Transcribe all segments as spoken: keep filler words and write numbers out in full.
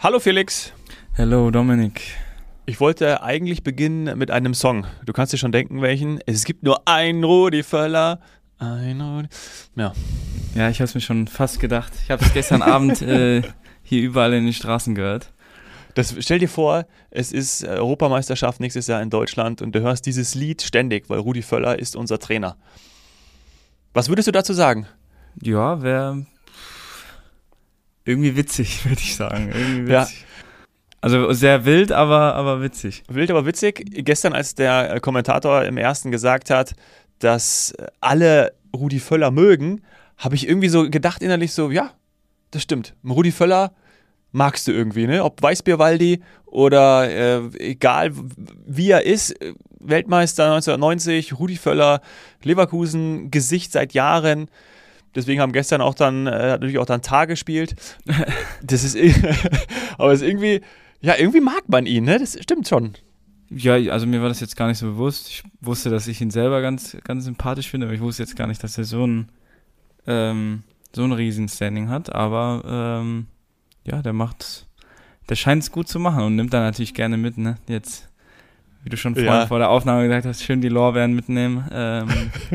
Hallo Felix. Hallo Dominik. Ich wollte eigentlich beginnen mit einem Song. Du kannst dir schon denken, welchen. Es gibt nur einen Rudi Völler. Ein Rudi. Ja. Ja, ich habe es mir schon fast gedacht. Ich habe es gestern Abend äh, hier überall in den Straßen gehört. Das, stell dir vor, es ist Europameisterschaft nächstes Jahr in Deutschland und du hörst dieses Lied ständig, weil Rudi Völler ist unser Trainer. Was würdest du dazu sagen? Ja, wäre irgendwie witzig, würde ich sagen. Irgendwie witzig. Ja. Also sehr wild, aber, aber witzig. Wild, aber witzig. Gestern, als der Kommentator im Ersten gesagt hat, dass alle Rudi Völler mögen, habe ich irgendwie so gedacht innerlich so, ja, das stimmt. Rudi Völler magst du irgendwie, ne? Ob Weißbierwaldi oder äh, egal wie er ist, Weltmeister neunzehnhundertneunzig, Rudi Völler, Leverkusen, Gesicht seit Jahren. Deswegen haben gestern auch dann, äh, natürlich auch dann Tar gespielt. Das ist, aber es ist irgendwie, ja, irgendwie mag man ihn, ne? Das stimmt schon. Ja, also mir war das jetzt gar nicht so bewusst. Ich wusste, dass ich ihn selber ganz, ganz sympathisch finde, aber ich wusste jetzt gar nicht, dass er so ein, ähm, so ein Riesenstanding hat. Aber ähm, ja, der macht, der scheint es gut zu machen und nimmt da natürlich gerne mit, ne? Jetzt, wie du schon vorhin ja. vor der Aufnahme gesagt hast, schön die Lorbeeren mitnehmen. Ähm,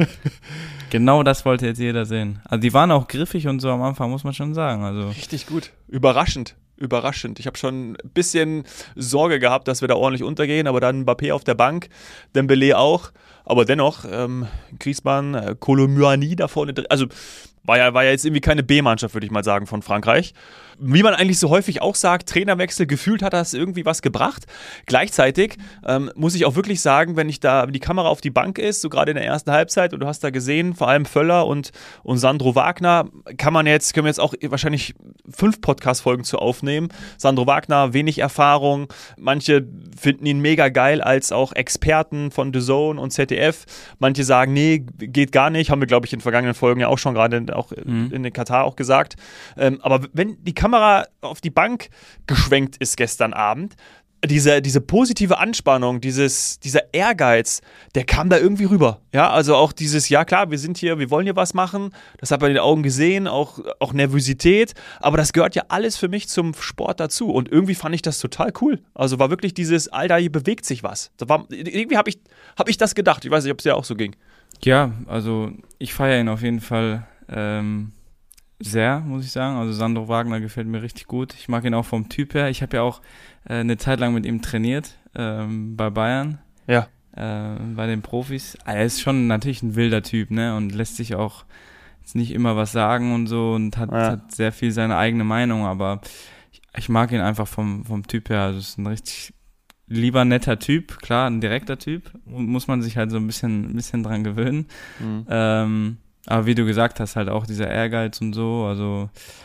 genau das wollte jetzt jeder sehen. Also die waren auch griffig und so am Anfang, muss man schon sagen. Also richtig gut. Überraschend. Überraschend. Ich habe schon ein bisschen Sorge gehabt, dass wir da ordentlich untergehen, aber dann Mbappé auf der Bank, Dembélé auch. Aber dennoch, ähm, Griezmann, äh, Kolo Muani da vorne drin. Also war ja, war ja jetzt irgendwie keine B-Mannschaft, würde ich mal sagen, von Frankreich. Wie man eigentlich so häufig auch sagt, Trainerwechsel, gefühlt hat das irgendwie was gebracht. Gleichzeitig ähm, muss ich auch wirklich sagen, wenn ich da, wenn die Kamera auf die Bank ist, so gerade in der ersten Halbzeit, und du hast da gesehen, vor allem Völler und, und Sandro Wagner, kann man jetzt, können wir jetzt auch wahrscheinlich fünf Podcast-Folgen zu aufnehmen. Sandro Wagner, wenig Erfahrung. Manche finden ihn mega geil als auch Experten von D A Z N und Z D F. Manche sagen, nee, geht gar nicht. Haben wir, glaube ich, in vergangenen Folgen ja auch schon gerade auch mhm. in Katar auch gesagt. Ähm, aber wenn die Kamera auf die Bank geschwenkt ist gestern Abend, diese, diese positive Anspannung, dieses, dieser Ehrgeiz, der kam da irgendwie rüber. Ja, also auch dieses, ja klar, wir sind hier, wir wollen hier was machen, das hat man in den Augen gesehen, auch, auch Nervosität, aber das gehört ja alles für mich zum Sport dazu und irgendwie fand ich das total cool. Also war wirklich dieses, Alter, hier bewegt sich was. Das war, irgendwie habe ich, hab ich das gedacht, ich weiß nicht, ob es dir auch so ging. Ja, also ich feiere ihn auf jeden Fall ähm sehr, muss ich sagen. Also Sandro Wagner gefällt mir richtig gut. Ich mag ihn auch vom Typ her. Ich habe ja auch äh, eine Zeit lang mit ihm trainiert, ähm, bei Bayern. Ja. Äh, bei den Profis. Er ist schon natürlich ein wilder Typ, ne? Und lässt sich auch jetzt nicht immer was sagen und so und hat, ja. hat sehr viel seine eigene Meinung, aber ich, ich mag ihn einfach vom, vom Typ her. Also ist ein richtig lieber netter Typ, klar, ein direkter Typ. Muss man sich halt so ein bisschen, ein bisschen dran gewöhnen. Mhm. Ähm, Aber wie du gesagt hast, halt auch dieser Ehrgeiz und so, also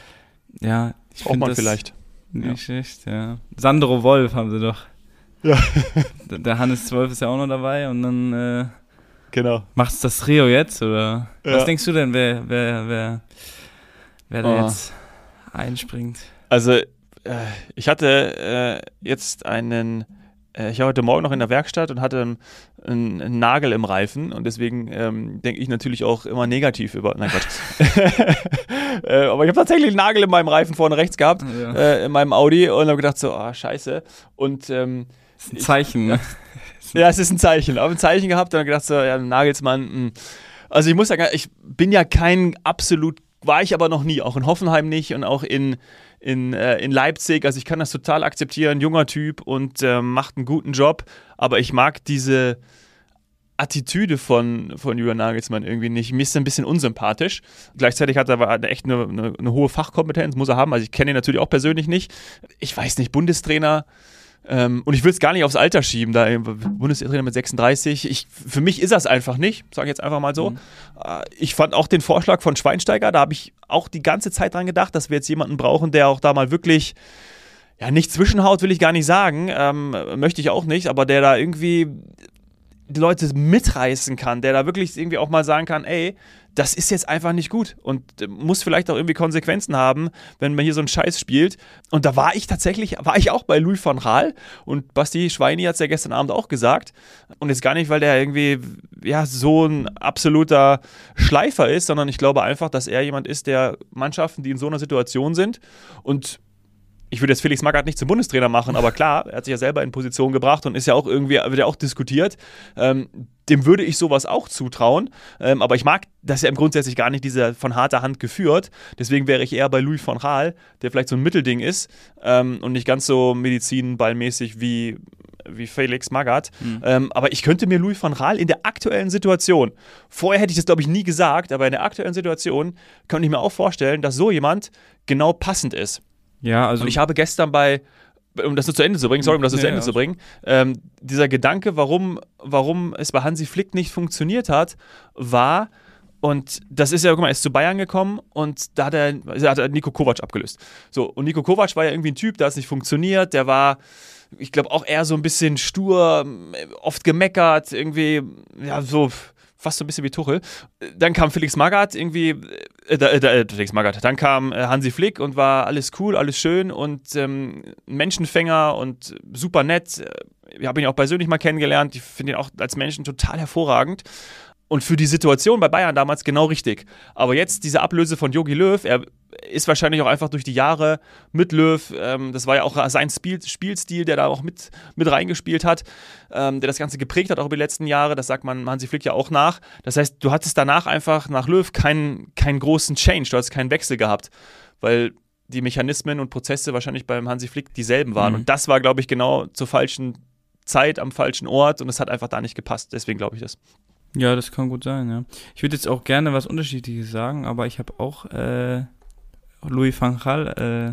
ja, ich finde das vielleicht nicht ja. schlecht, ja. Sandro Wolf haben sie doch. Ja. Der Hannes zwölf ist ja auch noch dabei und dann äh, genau. macht's das Trio jetzt, oder? Ja. Was denkst du denn, wer, wer, wer, wer da oh. jetzt einspringt? Also, äh, ich hatte äh, jetzt einen Ich war heute Morgen noch in der Werkstatt und hatte einen, einen Nagel im Reifen und deswegen ähm, denke ich natürlich auch immer negativ über. Nein, Quatsch. äh, aber ich habe tatsächlich einen Nagel in meinem Reifen vorne rechts gehabt, ja. äh, in meinem Audi und habe gedacht so, ah, oh, scheiße. Und ähm, das ist ein Zeichen, ne? Ja, es ist ein Zeichen. Aber ein Zeichen gehabt und habe gedacht so, ja, Nagelsmann. Mh. Also ich muss sagen, ich bin ja kein absolut, war ich aber noch nie, auch in Hoffenheim nicht und auch in In, äh, in Leipzig, also ich kann das total akzeptieren, junger Typ und äh, macht einen guten Job, aber ich mag diese Attitüde von, von Julian Nagelsmann irgendwie nicht, mir ist er ein bisschen unsympathisch, gleichzeitig hat er aber echt eine, eine, eine hohe Fachkompetenz, muss er haben, also ich kenne ihn natürlich auch persönlich nicht, ich weiß nicht, Bundestrainer, ähm, und ich will es gar nicht aufs Alter schieben, da Bundestrainer mit sechsunddreißig, ich, für mich ist das einfach nicht, sage ich jetzt einfach mal so. Mhm. Ich fand auch den Vorschlag von Schweinsteiger, da habe ich auch die ganze Zeit dran gedacht, dass wir jetzt jemanden brauchen, der auch da mal wirklich, ja, nicht zwischenhaut, will ich gar nicht sagen, ähm, möchte ich auch nicht, aber der da irgendwie die Leute mitreißen kann, der da wirklich irgendwie auch mal sagen kann, ey, das ist jetzt einfach nicht gut und muss vielleicht auch irgendwie Konsequenzen haben, wenn man hier so einen Scheiß spielt. Und da war ich tatsächlich, war ich auch bei Louis van Gaal und Basti Schweini hat es ja gestern Abend auch gesagt. Und jetzt gar nicht, weil der irgendwie ja so ein absoluter Schleifer ist, sondern ich glaube einfach, dass er jemand ist, der Mannschaften, die in so einer Situation sind und ich würde jetzt Felix Magath nicht zum Bundestrainer machen, aber klar, er hat sich ja selber in Position gebracht und ist ja auch irgendwie, wird ja auch diskutiert. Ähm, dem würde ich sowas auch zutrauen, ähm, aber ich mag das ja im grundsätzlich gar nicht, diese von harter Hand geführt. Deswegen wäre ich eher bei Louis van Gaal, der vielleicht so ein Mittelding ist ähm, und nicht ganz so medizinballmäßig wie, wie Felix Magath. Mhm. Ähm, aber ich könnte mir Louis van Gaal in der aktuellen Situation, vorher hätte ich das glaube ich nie gesagt, aber in der aktuellen Situation könnte ich mir auch vorstellen, dass so jemand genau passend ist. Ja, also und ich habe gestern bei, um das nur zu Ende zu bringen, sorry, um das nur zu Ende ja, zu bringen, ähm, dieser Gedanke, warum, warum es bei Hansi Flick nicht funktioniert hat, war, und das ist ja, guck mal, er ist zu Bayern gekommen und da hat er, da hat er Niko Kovac abgelöst. So, und Niko Kovac war ja irgendwie ein Typ, der hat es nicht funktioniert, der war, ich glaube, auch eher so ein bisschen stur, oft gemeckert, irgendwie, ja, so fast so ein bisschen wie Tuchel. Dann kam Felix Magath irgendwie, äh, äh, Felix Magath, dann kam äh, Hansi Flick und war alles cool, alles schön und ähm, Menschenfänger und super nett. Ich habe ihn auch persönlich mal kennengelernt. Ich finde ihn auch als Menschen total hervorragend. Und für die Situation bei Bayern damals genau richtig. Aber jetzt diese Ablöse von Jogi Löw, er ist wahrscheinlich auch einfach durch die Jahre mit Löw, ähm, das war ja auch sein Spiel, Spielstil, der da auch mit, mit reingespielt hat, ähm, der das Ganze geprägt hat, auch über die letzten Jahre, das sagt man Hansi Flick ja auch nach. Das heißt, du hattest danach einfach nach Löw keinen, keinen großen Change, du hast keinen Wechsel gehabt, weil die Mechanismen und Prozesse wahrscheinlich beim Hansi Flick dieselben waren. Mhm. Und das war, glaube ich, genau zur falschen Zeit, am falschen Ort und es hat einfach da nicht gepasst, deswegen glaube ich das. Ja, das kann gut sein, ja. Ich würde jetzt auch gerne was Unterschiedliches sagen, aber ich habe auch äh, Louis van Gaal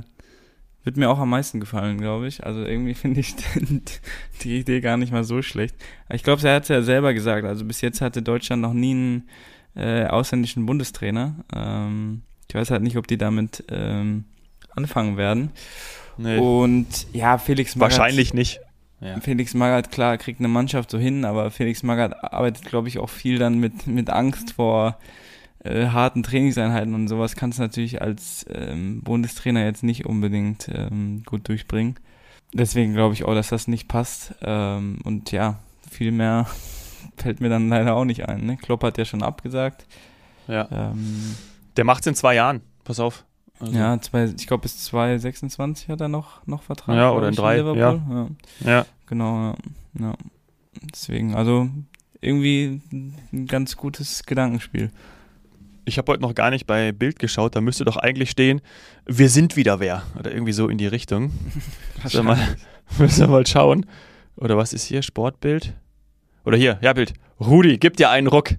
äh, wird mir auch am meisten gefallen, glaube ich. Also irgendwie finde ich die Idee gar nicht mal so schlecht. Ich glaube, er hat es ja selber gesagt, also bis jetzt hatte Deutschland noch nie einen äh, ausländischen Bundestrainer. Ähm, ich weiß halt nicht, ob die damit ähm, anfangen werden. Nee. Und ja, Felix Magath... Wahrscheinlich nicht. Ja. Felix Magath, klar, kriegt eine Mannschaft so hin, aber Felix Magath arbeitet, glaube ich, auch viel dann mit, mit Angst vor äh, harten Trainingseinheiten und sowas kannst du natürlich als ähm, Bundestrainer jetzt nicht unbedingt ähm, gut durchbringen. Deswegen glaube ich auch, dass das nicht passt. Ähm, und ja, viel mehr fällt mir dann leider auch nicht ein. Ne? Klopp hat ja schon abgesagt. Ja. Ähm, Der macht's in zwei Jahren, pass auf. Also. Ja, zwei, ich glaube bis zwanzig sechsundzwanzig hat er noch, noch Vertrag. Ja, oder in drei, in ja. ja. Ja. Genau, ja. ja. Deswegen, also irgendwie ein ganz gutes Gedankenspiel. Ich habe heute noch gar nicht bei Bild geschaut, da müsste doch eigentlich stehen, wir sind wieder wer. Oder irgendwie so in die Richtung. Müssen wir mal, müssen wir mal schauen. Oder was ist hier, Sportbild? Oder hier, ja Bild. Rudi, gib dir einen Ruck.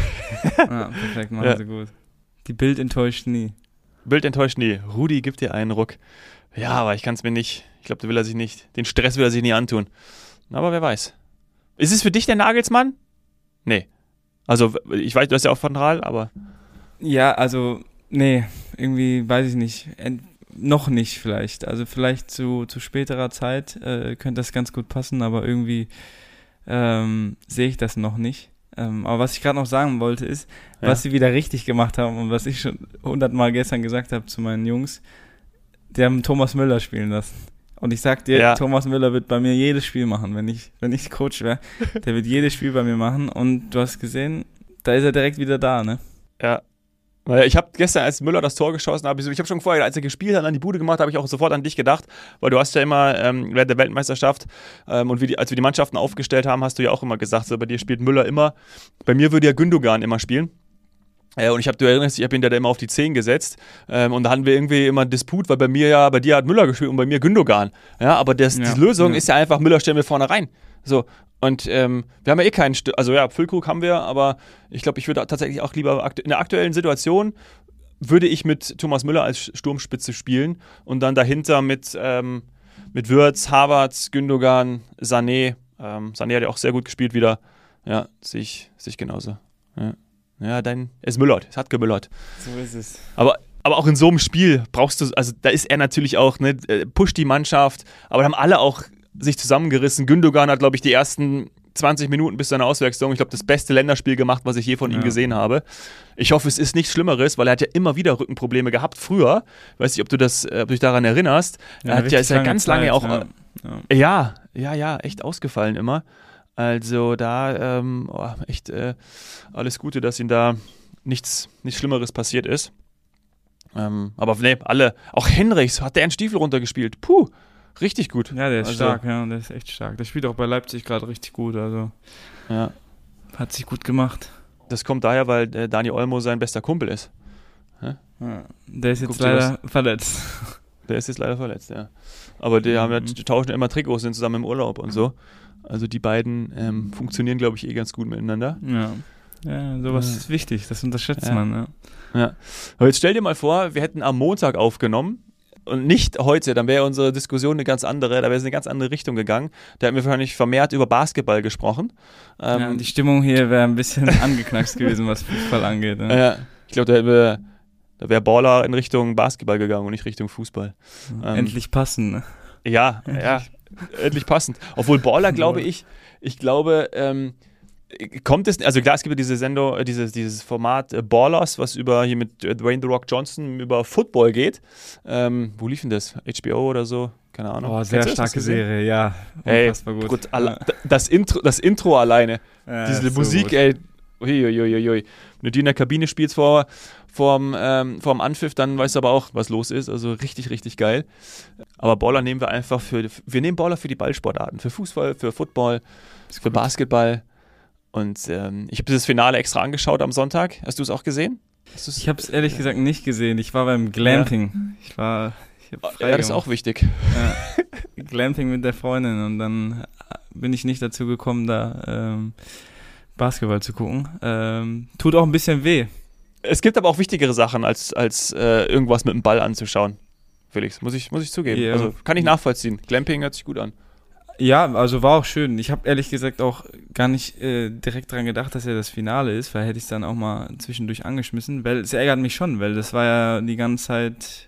Ja, perfekt, machen ja. sie gut. Die Bild enttäuscht nie. Bild enttäuscht nie. Rudi gibt dir einen Ruck. Ja, aber ich kann es mir nicht, ich glaube, da will er sich nicht, den Stress will er sich nie antun. Aber wer weiß. Ist es für dich der Nagelsmann? Nee. Also, ich weiß, du hast ja auch Van Gaal, aber... Ja, also, nee, irgendwie weiß ich nicht. Ent- noch nicht vielleicht. Also vielleicht zu, zu späterer Zeit äh, könnte das ganz gut passen, aber irgendwie ähm, sehe ich das noch nicht. Ähm, aber was ich gerade noch sagen wollte ist, ja. was sie wieder richtig gemacht haben und was ich schon hundertmal gestern gesagt habe zu meinen Jungs, die haben Thomas Müller spielen lassen. Und ich sag dir, ja. Thomas Müller wird bei mir jedes Spiel machen, wenn ich, wenn ich Coach wäre. Der wird jedes Spiel bei mir machen und du hast gesehen, da ist er direkt wieder da, ne? Ja. Weil ich habe gestern, als Müller das Tor geschossen hat, ich habe schon vorher, als er gespielt hat, an die Bude gemacht, habe ich auch sofort an dich gedacht, weil du hast ja immer ähm, während der Weltmeisterschaft ähm, und wie die, als wir die Mannschaften aufgestellt haben, hast du ja auch immer gesagt, so bei dir spielt Müller immer, bei mir würde ja Gündogan immer spielen. Äh, und ich habe, du erinnerst dich, ich habe ihn da immer auf die zehn gesetzt ähm, und da hatten wir irgendwie immer einen Disput, weil bei mir ja, bei dir hat Müller gespielt und bei mir Gündogan. Ja, aber das, ja, die Lösung ja. ist ja einfach, Müller stellen wir vorne rein. So. Und ähm, wir haben ja eh keinen, St- also ja, Füllkrug haben wir, aber ich glaube, ich würde tatsächlich auch lieber aktu- in der aktuellen Situation würde ich mit Thomas Müller als Sturmspitze spielen und dann dahinter mit, ähm, mit Würz, Havertz, Gündogan, Sané. Ähm, Sané hat ja auch sehr gut gespielt wieder. Ja, sehe ich, sehe ich genauso. Ja, ja dein, es müllert, es hat gemüllert. So ist es. Aber Aber auch in so einem Spiel brauchst du, also da ist er natürlich auch, ne, pusht die Mannschaft, aber da haben alle auch sich zusammengerissen. Gündogan hat, glaube ich, die ersten zwanzig Minuten bis zu seiner Auswechslung, ich glaube, das beste Länderspiel gemacht, was ich je von ja. ihm gesehen habe. Ich hoffe, es ist nichts Schlimmeres, weil er hat ja immer wieder Rückenprobleme gehabt früher. Ich weiß nicht, ob du, das, ob du dich daran erinnerst. Ja, er hat ja, ist ja ganz Zeit, lange auch, ja. Ja. ja, ja, ja, echt ausgefallen immer. Also da ähm, oh, echt äh, alles Gute, dass ihm da nichts, nichts Schlimmeres passiert ist. Ähm, aber ne, alle, auch Henrichs, hat der einen Stiefel runtergespielt. Puh, richtig gut. Ja, der ist also, stark, ja, der ist echt stark. Der spielt auch bei Leipzig gerade richtig gut, also ja. hat sich gut gemacht. Das kommt daher, weil äh, Dani Olmo sein bester Kumpel ist. Ja, der ist jetzt Guck dir leider verletzt. Der ist jetzt leider verletzt, ja. Aber die, Mhm. haben ja, die tauschen ja immer Trikots, sind zusammen im Urlaub und so. Also die beiden ähm, funktionieren, glaube ich, eh ganz gut miteinander. Ja, ja sowas Ja. ist wichtig, das unterschätzt Ja. man. Ja. Ja. Aber jetzt stell dir mal vor, wir hätten am Montag aufgenommen und nicht heute, dann wäre unsere Diskussion eine ganz andere, da wäre es in eine ganz andere Richtung gegangen. Da hätten wir wahrscheinlich vermehrt über Basketball gesprochen. Ähm, Ja, die Stimmung hier wäre ein bisschen angeknackst gewesen, was Fußball angeht. Ne? ja, ich glaube, da hätten wir Da wäre Baller in Richtung Basketball gegangen und nicht Richtung Fußball. Ähm, Endlich passen. Ne? Ja, ja, endlich passend. Obwohl Baller, glaube ich, ich glaube, ähm, kommt es, also klar, es gibt ja diese Sendung, äh, dieses, dieses Format äh, Ballers, was über hier mit äh, Dwayne The Rock Johnson über Football geht. Ähm, wo lief denn das? H B O oder so? Keine Ahnung. Oh, sehr Kennst du das? starke Hast du gesehen? Serie, ja. Ey, Unfassbar gut. gut, alle, das, Intro, das Intro alleine, Ja, diese ist so Musik, gut. ey, uiuiuiui. Wenn du die in der Kabine spielst vor, vorm, ähm, vorm Anpfiff, dann weißt du aber auch, was los ist. Also richtig, richtig geil. Aber Baller nehmen wir einfach für, wir nehmen Baller für die Ballsportarten. Für Fußball, für Football, für Basketball. Und ähm, ich habe das Finale extra angeschaut am Sonntag. Hast du es auch gesehen? Hast du's? Ich habe es ehrlich gesagt nicht gesehen. Ich war beim Glamping. Ich war. Ich hab frei Ja, das ist gemacht. auch wichtig. Ja, Glamping mit der Freundin und dann bin ich nicht dazu gekommen, da ähm, Basketball zu gucken. Ähm, tut auch ein bisschen weh. Es gibt aber auch wichtigere Sachen, als, als äh, irgendwas mit dem Ball anzuschauen. Felix, muss ich, muss ich zugeben. Ja. Also kann ich nachvollziehen. Glamping hört sich gut an. Ja, also war auch schön. Ich habe ehrlich gesagt auch gar nicht äh, direkt dran gedacht, dass ja das Finale ist, weil hätte ich es dann auch mal zwischendurch angeschmissen, weil es ärgert mich schon, weil das war ja die ganze Zeit,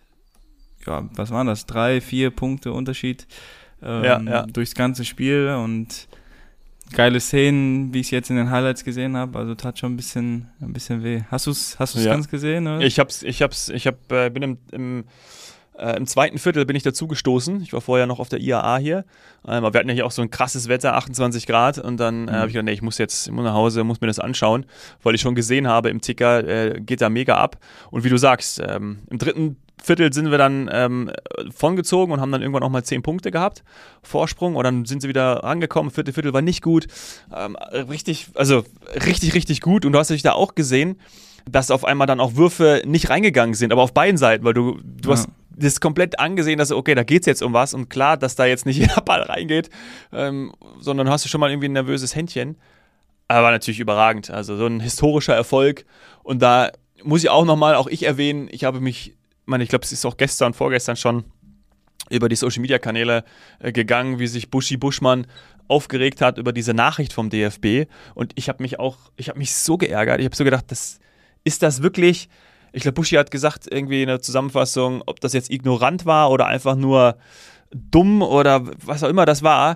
ja, was waren das, drei, vier Punkte Unterschied ähm, Ja, ja. durchs ganze Spiel und geile Szenen, wie ich es jetzt in den Highlights gesehen habe, also tat schon ein bisschen, ein bisschen weh. Hast du es hast du's Ja. ganz gesehen? Oder? Ich hab's, ich hab's, ich hab, äh, bin im, im, äh, im zweiten Viertel bin ich dazu gestoßen. Ich war vorher noch auf der I A A hier. Ähm, aber wir hatten ja hier auch so ein krasses Wetter, achtundzwanzig Grad. Und dann äh, Mhm. habe ich gedacht, nee, ich muss jetzt ich muss nach Hause, muss mir das anschauen, weil ich schon gesehen habe, im Ticker äh, geht da mega ab. Und wie du sagst, ähm, im dritten Viertel sind wir dann ähm, vongezogen und haben dann irgendwann auch mal zehn Punkte gehabt, Vorsprung, und dann sind sie wieder rangekommen. Vierte Viertel war nicht gut, ähm, richtig, also richtig, richtig gut. Und du hast dich da auch gesehen, dass auf einmal dann auch Würfe nicht reingegangen sind, aber auf beiden Seiten, weil du, du Ja. hast das komplett angesehen, dass, okay, da geht's jetzt um was, und klar, dass da jetzt nicht jeder Ball reingeht, ähm, sondern hast du schon mal irgendwie ein nervöses Händchen. Aber natürlich überragend, also so ein historischer Erfolg. Und da muss ich auch nochmal, auch ich erwähnen, ich habe mich, ich meine, ich glaube, es ist auch gestern, vorgestern schon über die Social-Media-Kanäle äh, gegangen, wie sich Buschi Buschmann aufgeregt hat über diese Nachricht vom D F B. Und ich habe mich auch, ich habe mich so geärgert. Ich habe so gedacht, das, ist das wirklich, ich glaube, Buschi hat gesagt irgendwie in der Zusammenfassung, ob das jetzt ignorant war oder einfach nur dumm oder was auch immer das war.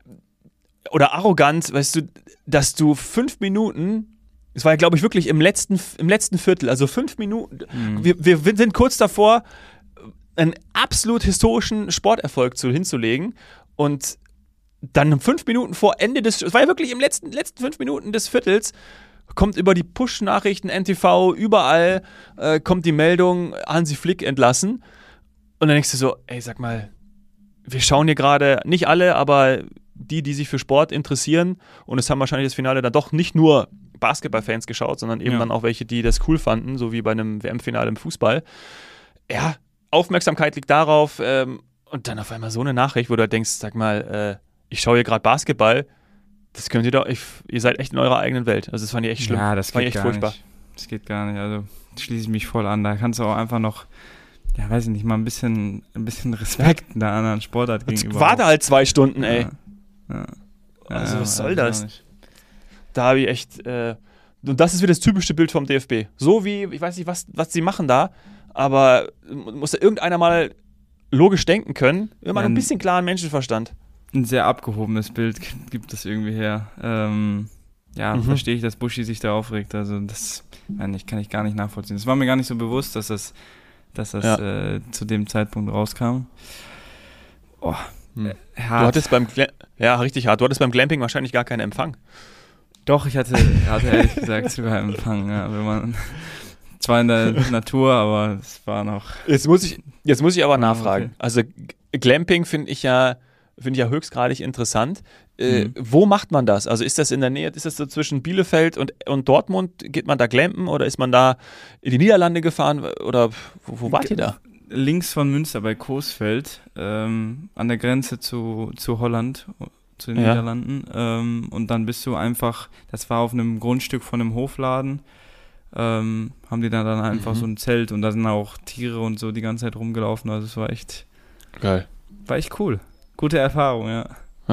Oder arrogant, weißt du, dass du fünf Minuten, es war ja, glaube ich, wirklich im letzten, im letzten Viertel, also fünf Minuten, Mhm. wir, wir sind kurz davor, einen absolut historischen Sporterfolg zu, hinzulegen, und dann fünf Minuten vor Ende des, es war ja wirklich im letzten, letzten fünf Minuten des Viertels, kommt über die Push-Nachrichten, N T V, überall äh, kommt die Meldung, Hansi Flick entlassen, und dann denkst du so, ey, sag mal, wir schauen hier gerade, nicht alle, aber die, die sich für Sport interessieren, und es haben wahrscheinlich das Finale dann doch nicht nur Basketballfans geschaut, sondern eben Ja. dann auch welche, die das cool fanden, so wie bei einem W M-Finale im Fußball. Ja, Aufmerksamkeit liegt darauf, ähm, und dann auf einmal so eine Nachricht, wo du halt denkst, sag mal, äh, ich schaue hier gerade Basketball, das könnt ihr doch, ich, ihr seid echt in eurer eigenen Welt. Also das fand ich echt schlimm. Ja, das fand geht ich echt gar furchtbar. nicht. Das geht gar nicht. Also schließe ich mich voll an. Da kannst du auch einfach noch, ja, weiß ich nicht, mal ein bisschen, ein bisschen Respekt der anderen Sportart Jetzt gegenüber. warte halt zwei Stunden, ey. Ja. Ja. Also Ja, was soll weiß das? auch nicht. Da habe ich echt, äh, und das ist wieder das typische Bild vom D F B. So wie, ich weiß nicht, was, was sie machen da, aber muss da irgendeiner mal logisch denken können, immer Ja, ein bisschen klaren Menschenverstand. Ein sehr abgehobenes Bild gibt es irgendwie her. Ähm, ja, Mhm. verstehe ich, dass Buschi sich da aufregt. Also das meine ich, kann ich gar nicht nachvollziehen. Das war mir gar nicht so bewusst, dass das, dass das Ja. äh, zu dem Zeitpunkt rauskam. Oh, Hm. äh, Du hart. hattest beim, Gla- ja, richtig hart, du hattest beim Glamping wahrscheinlich gar keinen Empfang. Doch, ich hatte, hatte ehrlich gesagt sogar Empfang, ja, wenn man zwar in der Natur, aber es war noch... Jetzt muss ich, jetzt muss ich aber Ah, nachfragen. okay. Also G- Glamping finde ich ja finde ich ja höchstgradig interessant. Äh, Mhm. Wo macht man das? Also ist das in der Nähe, ist das so zwischen Bielefeld und, und Dortmund? Geht man da glampen oder ist man da in die Niederlande gefahren oder wo, wo wart ihr da? Links von Münster bei Coesfeld, ähm, an der Grenze zu, zu Holland, zu den Ja. Niederlanden. Ähm, und dann bist du einfach, das war auf einem Grundstück von einem Hofladen, ähm, haben die da dann einfach Mhm. so ein Zelt und da sind auch Tiere und so die ganze Zeit rumgelaufen. Also es war echt, Geil. war echt cool. Gute Erfahrung, ja.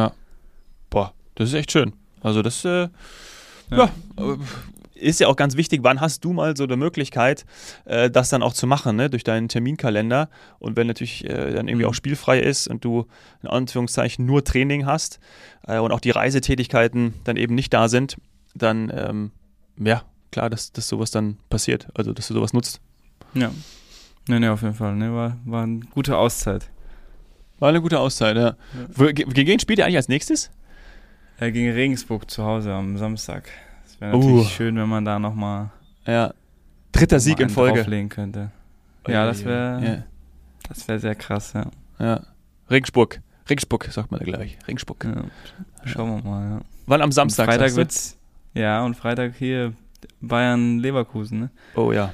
Boah, das ist echt schön. Also das äh, ja. Ja. äh, ist ja auch ganz wichtig, wann hast du mal so eine Möglichkeit, äh, das dann auch zu machen, ne? Durch deinen Terminkalender. Und wenn natürlich äh, dann irgendwie Mhm. auch spielfrei ist und du in Anführungszeichen nur Training hast äh, und auch die Reisetätigkeiten dann eben nicht da sind, dann ähm, ja, klar, dass, dass sowas dann passiert, also dass du sowas nutzt. Ja. Nee, nee, auf jeden Fall. Nee, war, war eine gute Auszeit. War eine gute Auszeit, ja. Wo- ge- Gegen wen spielt ihr eigentlich als nächstes? Äh, gegen Regensburg zu Hause am Samstag. Es wäre Uh. natürlich schön, wenn man da nochmal Ja. Dritter Sieg in Folge. drauflegen könnte. Ja, das wäre Ja. das wäre sehr krass, ja. Ja. Regensburg. Regensburg, sagt man da gleich. Regensburg. ja. Schauen wir mal, ja. Wann am Samstag? Und Freitag sagst du? wird's, ja, und Freitag hier Bayern-Leverkusen, ne? Oh ja.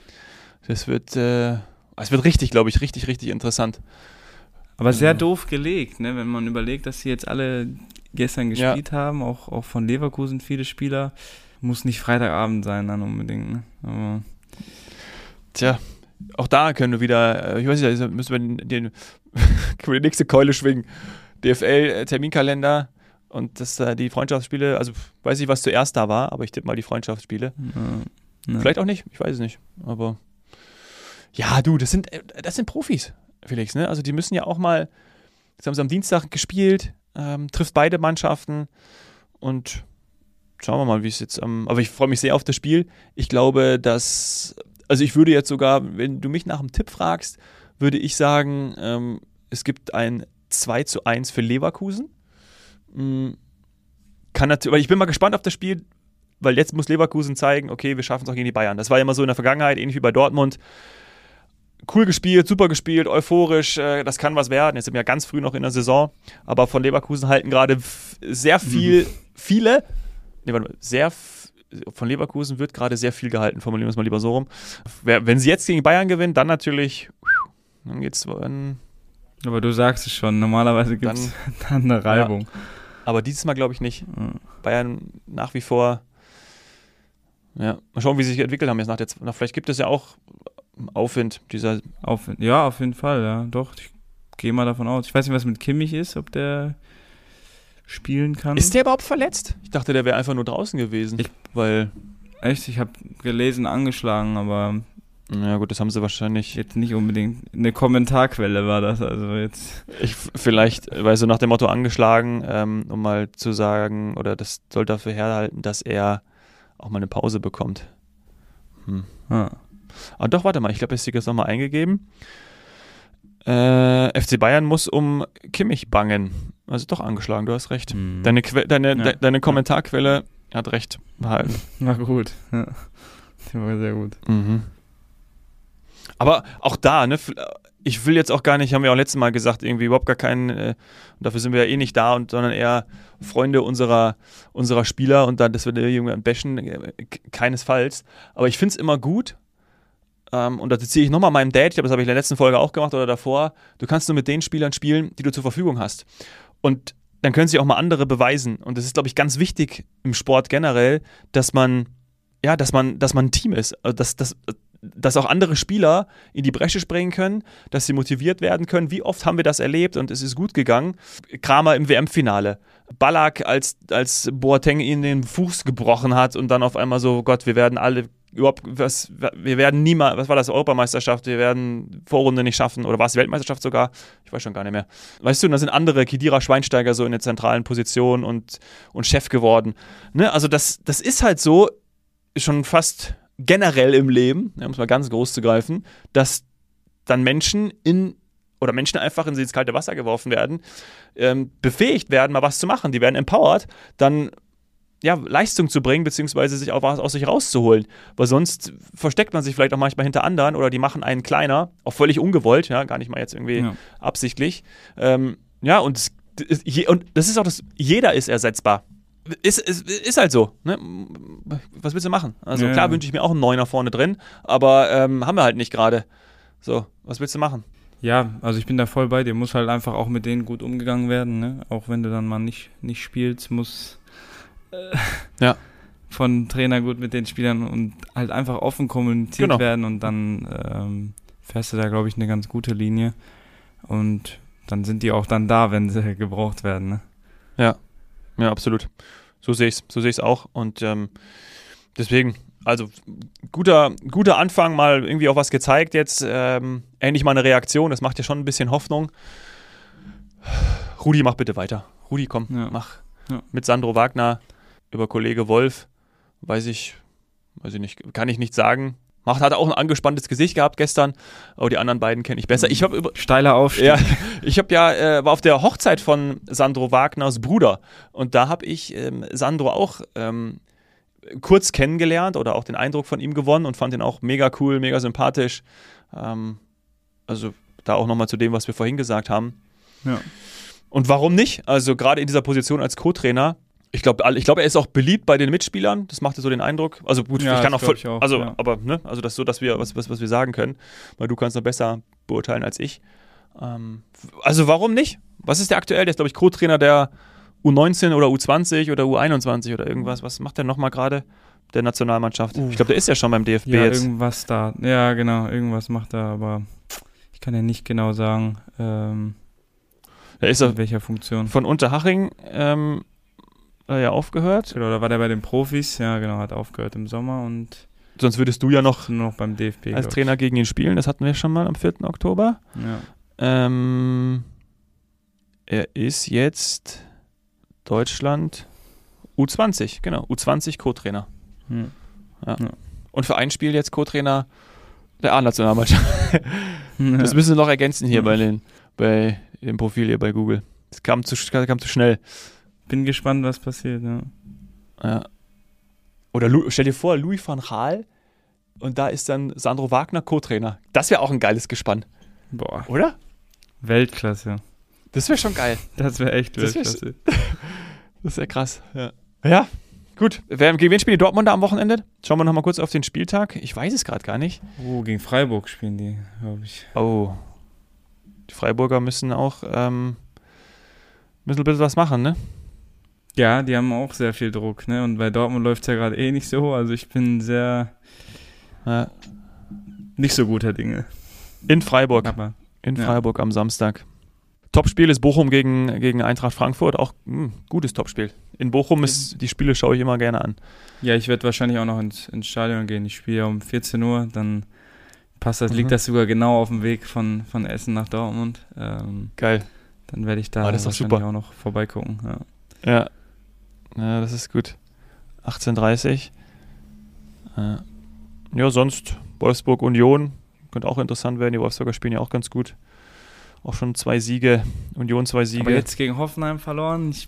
Das wird, äh, es wird richtig, glaube ich, richtig, richtig interessant. Aber sehr Ja. doof gelegt, ne? Wenn man überlegt, dass sie jetzt alle gestern gespielt haben, auch, auch von Leverkusen viele Spieler. Muss nicht Freitagabend sein dann unbedingt, ne? Aber Tja, auch da können wir wieder, äh, ich weiß nicht, also müssen wir den, den können wir die nächste Keule schwingen. D F L-Terminkalender und das, äh, die Freundschaftsspiele, also weiß nicht, was zuerst da war, aber ich tippe mal die Freundschaftsspiele. ja, ja. Vielleicht auch nicht, ich weiß es nicht. Aber ja, du, das sind, äh, das sind Profis, Felix, ne? Also die müssen ja auch mal, jetzt haben sie am Dienstag gespielt, ähm, trifft beide Mannschaften und schauen wir mal, wie es jetzt am, aber ich freue mich sehr auf das Spiel. Ich glaube, dass, also ich würde jetzt sogar, wenn du mich nach einem Tipp fragst, würde ich sagen, ähm, es gibt ein zwei zu eins für Leverkusen. Mm, Kann natürlich, weil ich bin mal gespannt auf das Spiel, weil jetzt muss Leverkusen zeigen, okay, wir schaffen es auch gegen die Bayern. Das war ja immer so in der Vergangenheit, ähnlich wie bei Dortmund. Cool gespielt, super gespielt, euphorisch, äh, das kann was werden. Jetzt sind wir ja ganz früh noch in der Saison, aber von Leverkusen halten gerade f- sehr viel, viele, nee, warte mal, sehr, f- von Leverkusen wird gerade sehr viel gehalten, formulieren wir es mal lieber so rum. Wer, wenn sie jetzt gegen Bayern gewinnen, dann natürlich, dann geht's, dann, Aber du sagst es schon, normalerweise gibt es dann, dann eine Reibung. aber dieses Mal glaube ich nicht. Ja. Bayern nach wie vor, ja, mal schauen, wie sie sich entwickelt haben jetzt nach der, nach, vielleicht gibt es ja auch Aufwind dieser, Auf, ja, auf jeden Fall, ja, doch. Ich gehe mal davon aus. Ich weiß nicht, was mit Kimmich ist, ob der spielen kann. ist der überhaupt verletzt? Ich dachte, der wäre einfach nur draußen gewesen, Ich- weil, Echt? Ich habe gelesen, angeschlagen, aber ja gut, das haben sie wahrscheinlich, jetzt nicht unbedingt eine Kommentarquelle war das. Also jetzt. ich, vielleicht, weißt du, nach dem Motto angeschlagen, ähm, um mal zu sagen, oder das soll dafür herhalten, dass er auch mal eine Pause bekommt. Hm. Ah. Aber doch, warte mal, ich glaube, jetzt ist das nochmal eingegeben. Äh, F C Bayern muss um Kimmich bangen. Also doch angeschlagen, du hast recht. Mhm. Deine, que deine, Ja. de deine Kommentarquelle hat recht behalten. Na gut. Ja. Die war sehr gut. Mhm. Aber auch da, ne, f- ich will jetzt auch gar nicht, haben wir auch letztes Mal gesagt, irgendwie überhaupt gar keinen, äh, und dafür sind wir ja eh nicht da, und, sondern eher Freunde unserer, unserer Spieler und dann, dass wir da irgendwann bashen, äh, k- keinesfalls. Aber ich finde es immer gut, ähm, und da ziehe ich nochmal meinem Dad, ich glaube, das habe ich in der letzten Folge auch gemacht oder davor, du kannst nur mit den Spielern spielen, die du zur Verfügung hast. Und dann können sich auch mal andere beweisen. Und das ist, glaube ich, ganz wichtig im Sport generell, dass man, ja, dass man, dass man ein Team ist. Also dass, dass, dass auch andere Spieler in die Bresche springen können, dass sie motiviert werden können. Wie oft haben wir das erlebt und es ist gut gegangen? Kramer im W M-Finale. Ballack, als, als Boateng ihn den Fuß gebrochen hat und dann auf einmal so, Gott, wir werden alle überhaupt, was, wir werden niemals, was war das, Europameisterschaft, wir werden Vorrunde nicht schaffen, oder war es Weltmeisterschaft sogar? Ich weiß schon gar nicht mehr. Weißt du, und da sind andere, Khedira Schweinsteiger, so in der zentralen Position und, und Chef geworden. Ne? Also das, das ist halt so, schon fast generell im Leben, um es mal ganz groß zu greifen, dass dann Menschen in, oder Menschen einfach in ins kalte Wasser geworfen werden, ähm, befähigt werden, mal was zu machen. Die werden empowered, dann ja, Leistung zu bringen, beziehungsweise sich auch was aus sich rauszuholen. Weil sonst versteckt man sich vielleicht auch manchmal hinter anderen oder die machen einen kleiner, auch völlig ungewollt, ja, gar nicht mal jetzt irgendwie ja. absichtlich. Ähm, ja, und, es, und das ist auch das, jeder ist ersetzbar. Ist, ist, ist halt so. Ne? Was willst du machen? Also ja, klar wünsche ich mir auch einen Neuner vorne drin, aber ähm, haben wir halt nicht gerade. So, was willst du machen? Ja, also ich bin da voll bei dir. Muss halt einfach auch mit denen gut umgegangen werden. Ne? Auch wenn du dann mal nicht, nicht spielst, muss äh, ja. von Trainer gut mit den Spielern und halt einfach offen kommuniziert genau. werden und dann ähm, fährst du da, glaube ich, eine ganz gute Linie und dann sind die auch dann da, wenn sie gebraucht werden. Ne? Ja. Ja, absolut. So sehe ich es. So sehe ich es auch. Und ähm, deswegen, also guter, guter Anfang, mal irgendwie auch was gezeigt jetzt. Ähm, endlich mal eine Reaktion. Das macht ja schon ein bisschen Hoffnung. Rudi, mach bitte weiter. Rudi, komm, ja. mach. Ja. Mit Sandro Wagner über Kollege Wolf, weiß ich, weiß ich nicht, kann ich nicht sagen. Macht, hat auch ein angespanntes Gesicht gehabt gestern, aber die anderen beiden kenne ich besser. Ich habe über steiler Aufstieg. Ja, ich habe ja äh, war auf der Hochzeit von Sandro Wagners Bruder und da habe ich ähm, Sandro auch ähm, kurz kennengelernt oder auch den Eindruck von ihm gewonnen und fand ihn auch mega cool, mega sympathisch. Ähm, also da auch nochmal zu dem, was wir vorhin gesagt haben. Ja. Und warum nicht? Also gerade in dieser Position als Co-Trainer. Ich glaube, ich glaub, er ist auch beliebt bei den Mitspielern. Das machte so den Eindruck. Also gut, ja, ich kann auch, voll, ich auch also, ja. aber ne, also das ist so, dass wir was, was, was wir sagen können, weil du kannst noch besser beurteilen als ich. Ähm, also warum nicht? Was ist der aktuell? Der ist, glaube ich, Co-Trainer der U neunzehn oder U zwanzig oder U einundzwanzig oder irgendwas. Was macht der nochmal gerade? Der Nationalmannschaft. Uh. Ich glaube, der ist ja schon beim D F B ja, jetzt. Irgendwas da. Ja, genau, irgendwas macht er, aber ich kann ja nicht genau sagen, ähm, der ist in welcher Funktion. Von Unterhaching ähm, ja aufgehört. Genau, da war der bei den Profis, ja genau, hat aufgehört im Sommer und sonst würdest du ja noch, nur noch beim D F B als Trainer gegen ihn spielen, das hatten wir schon mal am vierten Oktober. Ja. Ähm, er ist jetzt Deutschland U zwanzig, genau, U zwanzig Co-Trainer. Hm. Ja. Ja. Und für ein Spiel jetzt Co-Trainer der A-Nationalmannschaft. Das müssen wir noch ergänzen hier ja. bei, den, bei dem Profil hier bei Google. Das kam zu, kam zu schnell. Bin gespannt, was passiert, ja. Ja. Oder Lu- stell dir vor, Louis van Gaal und da ist dann Sandro Wagner Co-Trainer. Das wäre auch ein geiles Gespann. Boah. Oder? Weltklasse. Das wäre schon geil. Das wäre echt das wär, Weltklasse. Das wäre krass. Ja, ja gut. Wer, gegen wen spielen die Dortmunder am Wochenende? Schauen wir nochmal kurz auf den Spieltag. Ich weiß es gerade gar nicht. Oh, gegen Freiburg spielen die, glaube ich. Oh. Die Freiburger müssen auch ähm, müssen ein bisschen was machen, ne? Ja, die haben auch sehr viel Druck, ne? Und bei Dortmund läuft es ja gerade eh nicht so. Also ich bin sehr ja. nicht so guter Dinge. In Freiburg. Aber, In ja. Freiburg am Samstag. Topspiel ist Bochum gegen, gegen Eintracht Frankfurt. Auch ein gutes Topspiel. In Bochum ist, die Spiele schaue ich immer gerne an. Ja, ich werde wahrscheinlich auch noch ins, ins Stadion gehen. Ich spiele ja um vierzehn Uhr, dann passt das, mhm. liegt das sogar genau auf dem Weg von, von Essen nach Dortmund. Ähm, Geil. Dann werde ich da ah, das ist wahrscheinlich super. auch noch vorbeigucken. Ja. Ja. Ja, das ist gut. achtzehn Uhr dreißig. Äh, ja, sonst Wolfsburg Union. Könnte auch interessant werden. Die Wolfsburger spielen ja auch ganz gut. Auch schon zwei Siege. Union zwei Siege. Aber jetzt gegen Hoffenheim verloren. Ich,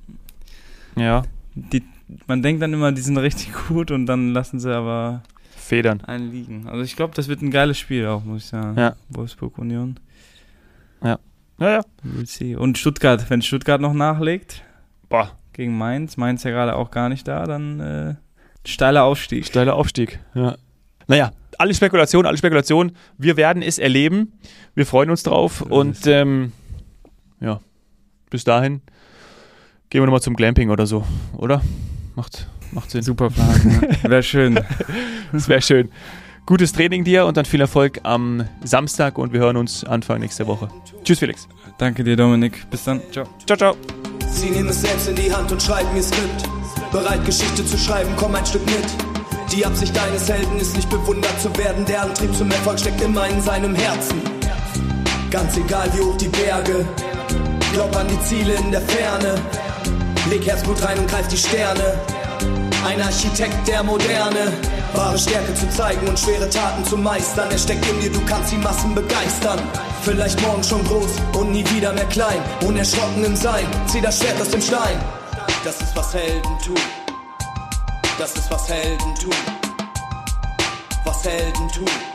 ja. Die, man denkt dann immer, die sind richtig gut und dann lassen sie aber Federn. einen liegen. Also ich glaube, das wird ein geiles Spiel auch, muss ich sagen. Ja. Wolfsburg Union. Ja. Ja, ja. We'll see. Und Stuttgart, wenn Stuttgart noch nachlegt. Boah. Gegen Mainz. Mainz ja gerade auch gar nicht da, dann äh, steiler Aufstieg. Steiler Aufstieg, ja. Naja, alle Spekulation, alle Spekulation. Wir werden es erleben. Wir freuen uns drauf. Das und ähm, ja, bis dahin gehen wir nochmal zum Glamping oder so, oder? Macht, macht Sinn. Super Plan. Ja. Wäre schön. Das wäre schön. Gutes Training dir und dann viel Erfolg am Samstag und wir hören uns Anfang nächster Woche. Tschüss, Felix. Danke dir, Dominik. Bis dann. Ciao. Ciao, ciao. Sie nehmen es selbst in die Hand und schreiben ihr Skript. Bereit, Geschichte zu schreiben, komm ein Stück mit. Die Absicht deines Helden ist nicht bewundert zu werden. Der Antrieb zum Erfolg steckt immer in seinem Herzen. Ganz egal wie hoch die Berge, glaub an die Ziele in der Ferne. Leg Herzblut rein und greif die Sterne. Ein Architekt der Moderne. Wahre Stärke zu zeigen und schwere Taten zu meistern. Er steckt in dir, du kannst die Massen begeistern. Vielleicht morgen schon groß und nie wieder mehr klein. Unerschrocken im Sein, zieh das Schwert aus dem Stein. Das ist was Helden tun. Das ist was Helden tun. Was Helden tun.